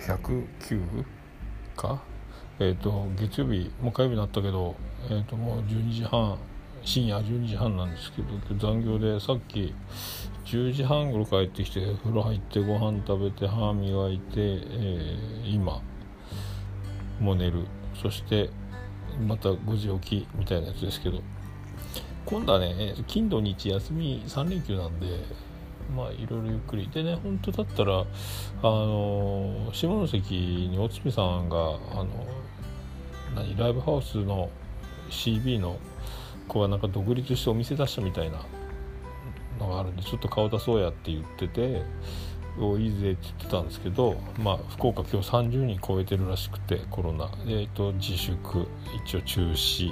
109か、月曜日もう火曜日になったけど、もう12時半深夜12時半なんですけど、残業でさっき10時半頃帰ってきて風呂入ってご飯食べて歯磨いて、今もう寝る。そしてまた5時起きみたいなやつですけど、今度はね金土日休み3連休なんで、まあいろいろゆっくりでね、本当だったら下関におつみさんがライブハウスの CB の子がなんか独立してお店出したみたいなのがあるんで、ちょっと顔出そうやって言ってて、おいいぜって言ってたんですけど、まあ福岡今日30人超えてるらしくて、コロナで、自粛一応中止、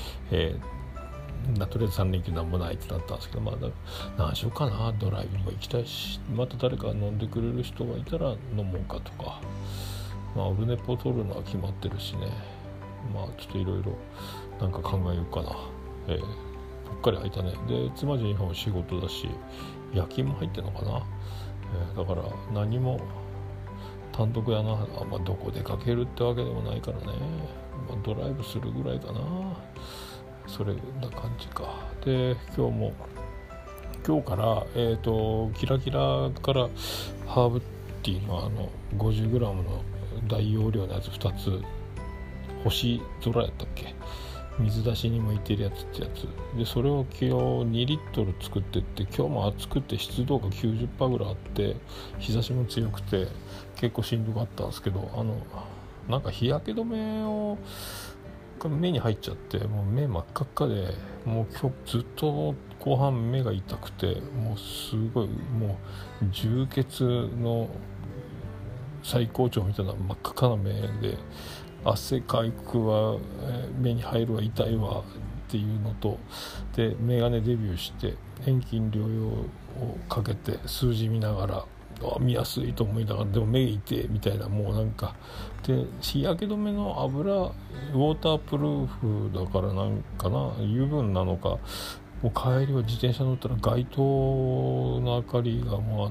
とりあえず3連休なんもないってなったんですけど、まあ何しようかな、ドライブにも行きたいし、また誰か飲んでくれる人がいたら飲もうかとか、まあオルネポを取るのは決まってるしね、まあちょっといろいろなんか考えようかな。ぽっかり空いたね。で妻ジェニファーも仕事だし夜勤も入ってんのかな、だから何も単独やな、まあ、どこ出かけるってわけでもないからね、まあ、ドライブするぐらいかな、それな感じか。で今日から、キラキラからハーブティーの50g の大容量のやつ2つ、星空やったっけ、水出しに向いてるやつってやつで、それを今日2リットル作ってって、今日も暑くて湿度が 90% ぐらいあって日差しも強くて結構しんどかったんですけど、なんか日焼け止めを目に入っちゃって、もう目真っ赤っかで、もう今日ずっと後半目が痛くて、もうすごいもう充血の最高潮みたいな真っ赤っかな目で、汗かくは目に入るわ痛いわっていうのと、でメガネデビューして遠近療養をかけて数字見ながら見やすいと思いながら、でも目痛いみたいな、もうなんかで日焼け止めの油ウォータープルーフだからなんかな、油分なのか、もう帰りは自転車乗ったら街灯の明かりがもう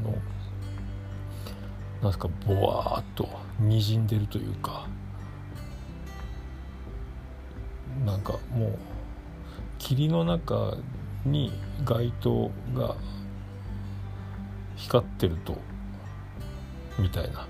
なんすかボワーっと滲んでるというか、なんかもう霧の中に街灯が光ってるとみたいな、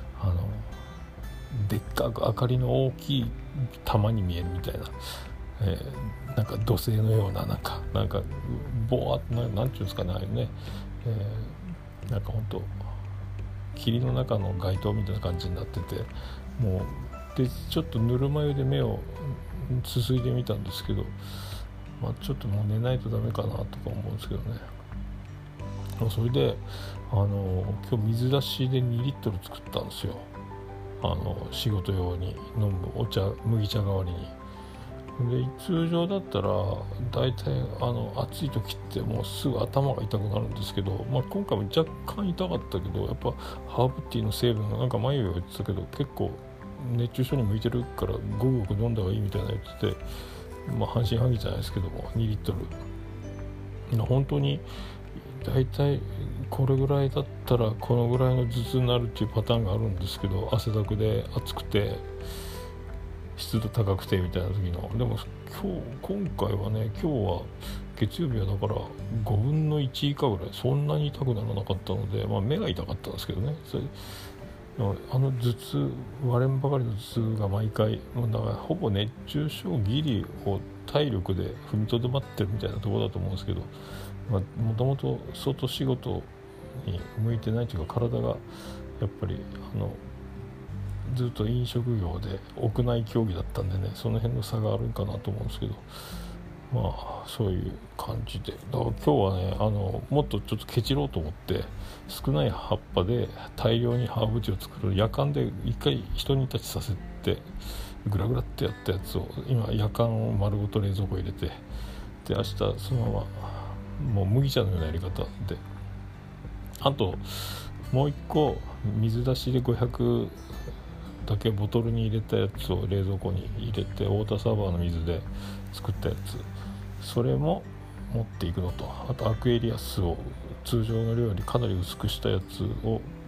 でっかく明かりの大きい玉に見えるみたいな、なんか土星のようななんかボワッなんていうんですかね、あれね、なんかほんと霧の中の街灯みたいな感じになってて、もうでちょっとぬるま湯で目をすすいでみたんですけど、まあ、ちょっともう寝ないとダメかなとか思うんですけどね。それで今日水出しで2リットル作ったんですよ、仕事用に飲む麦茶代わりに。で通常だったらだいたい暑い時ってもうすぐ頭が痛くなるんですけど、まあ、今回も若干痛かったけど、やっぱハーブティーの成分がなんか眉が言ってたけど結構熱中症に向いてるからごくごく飲んだ方がいいみたいな言ってて、まあ半信半疑じゃないですけども2リットル本当にだいたいこれぐらいだったらこのぐらいの頭痛になるっていうパターンがあるんですけど、汗だくで暑くて湿度高くてみたいな時の、でも今回はね、今日は月曜日はだから5分の1以下ぐらい、そんなに痛くならなかったので、まあ、目が痛かったんですけどね、それ頭痛割れんばかりの頭痛が毎回、だからほぼ熱中症ギリを体力で踏みとどまってるみたいなところだと思うんですけど、もともと外仕事に向いてないというか、体がやっぱりずっと飲食業で屋内競技だったんでね、その辺の差があるんかなと思うんですけど、まあそういう感じで、だから今日はねもっとちょっとケチろうと思って、少ない葉っぱで大量にハーブティーを作る夜間で一回一煮立ちさせてグラグラってやったやつを今夜間を丸ごと冷蔵庫入れて、で明日そのままもう麦茶のようなやり方で、あともう一個水出しで500だけボトルに入れたやつを冷蔵庫に入れて、ウォーターサーバーの水で作ったやつ、それも持っていくのと、あとアクエリアスを通常の量よりかなり薄くしたやつを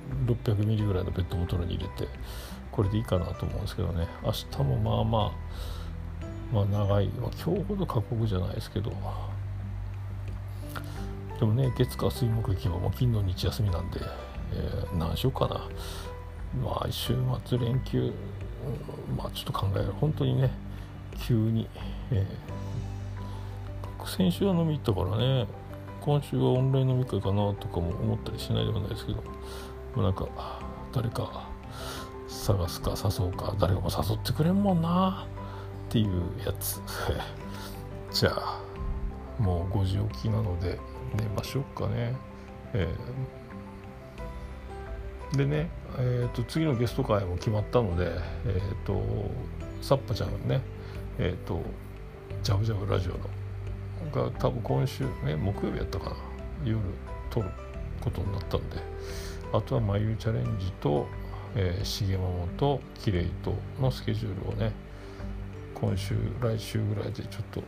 600ミリぐらいのペットボトルに入れてこれでいいかなと思うんですけどね。明日もまあ長い、今日ほど過酷じゃないですけど、でもね月火水木金はもう金土日休みなんで、何しようかな。週末連休、ちょっと考える。本当にね急に、先週は飲み行ったからね、今週はオンライン飲み会かなとかも思ったりしないでもないですけど、なんか誰か探すか誘うか、誰かも誘ってくれんもんなっていうやつじゃあもう5時起きなので寝ましょうかね。でね、次のゲスト会も決まったので、サッパちゃんね、ジャブジャブラジオのが多分今週ね木曜日やったかな、夜撮ることになったんで、あとはまゆチャレンジと、重桃とキレイとのスケジュールをね今週来週ぐらいでちょっと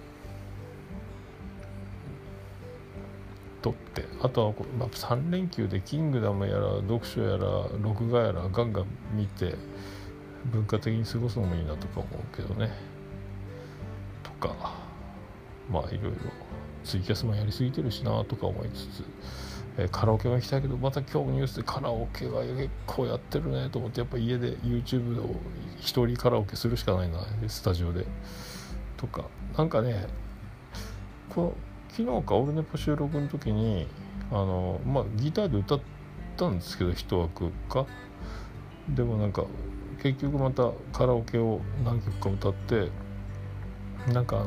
撮って、あとは3連休でキングダムやら読書やら録画やらガンガン見て文化的に過ごすのもいいなとか思うけどね、とかいろいろツイキャスもやりすぎてるしなとか思いつつ、カラオケも行きたいけど、また今日ニュースでカラオケが結構やってるねと思って、やっぱ家で YouTube を一人カラオケするしかないな、スタジオでとか。なんかね昨日かオルネポ収録の時にギターで歌ったんですけど一枠か、でもなんか結局またカラオケを何曲か歌って、なんか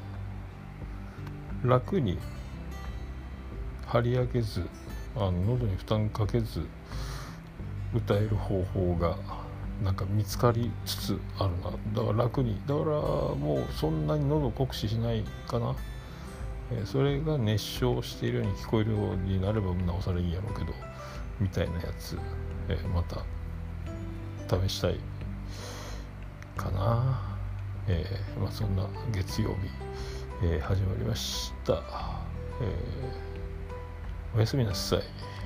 楽に張り上げず喉に負担かけず歌える方法がなんか見つかりつつあるな。だから楽に、だからもうそんなに喉を酷使しないかな。それが熱唱しているように聞こえるようになればなおさらいいんやろうけどみたいなやつ、また試したいかな。そんな月曜日、始まりました。おやすみなさい。